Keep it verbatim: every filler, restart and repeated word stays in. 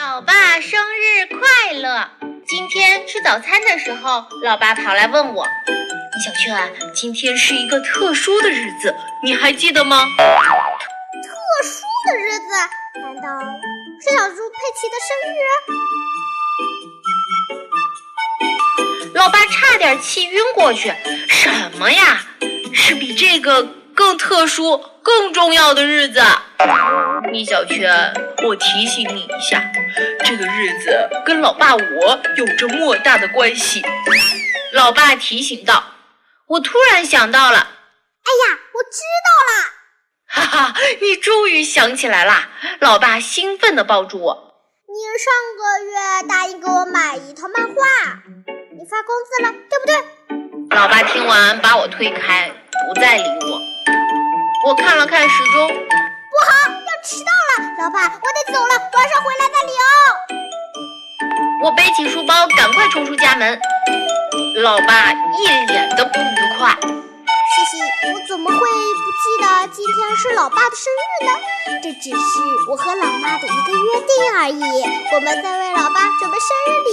老爸生日快乐！今天吃早餐的时候，老爸跑来问我：“李小圈啊，今天是一个特殊的日子，你还记得吗？” 特殊的日子？难道是小猪佩奇的生日？老爸差点气晕过去。什么呀？是比这个更特殊、更重要的日子。米小圈，我提醒你一下，这个日子跟老爸我有着莫大的关系。老爸提醒道。我突然想到了， 哎呀，我知道了！ 哈哈，你终于想起来啦！老爸兴奋地抱住我。 你上个月答应给我买一套漫画，你发工资了，对不对？ 老爸听完把我推开，不再理我。我看了看时钟，不好，要迟到了！老爸，我得走了，晚上回来再聊。 我背起书包，赶快冲出家门。老爸一脸的不愉快。 西西，我怎么会不记得今天是老爸的生日呢？这只是我和老妈的一个约定而已，我们在为老爸准备生日